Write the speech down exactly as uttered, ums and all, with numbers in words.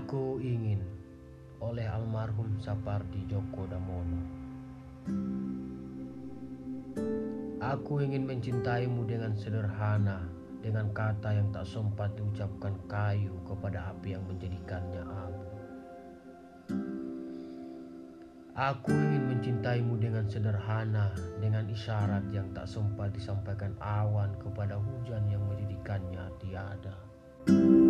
Aku ingin oleh almarhum Sapardi Djoko Damono. Aku ingin mencintaimu dengan sederhana, dengan kata yang tak sempat diucapkan kayu kepada api yang menjadikannya abu. Aku ingin mencintaimu dengan sederhana, dengan isyarat yang tak sempat disampaikan awan kepada hujan yang menjadikannya tiada.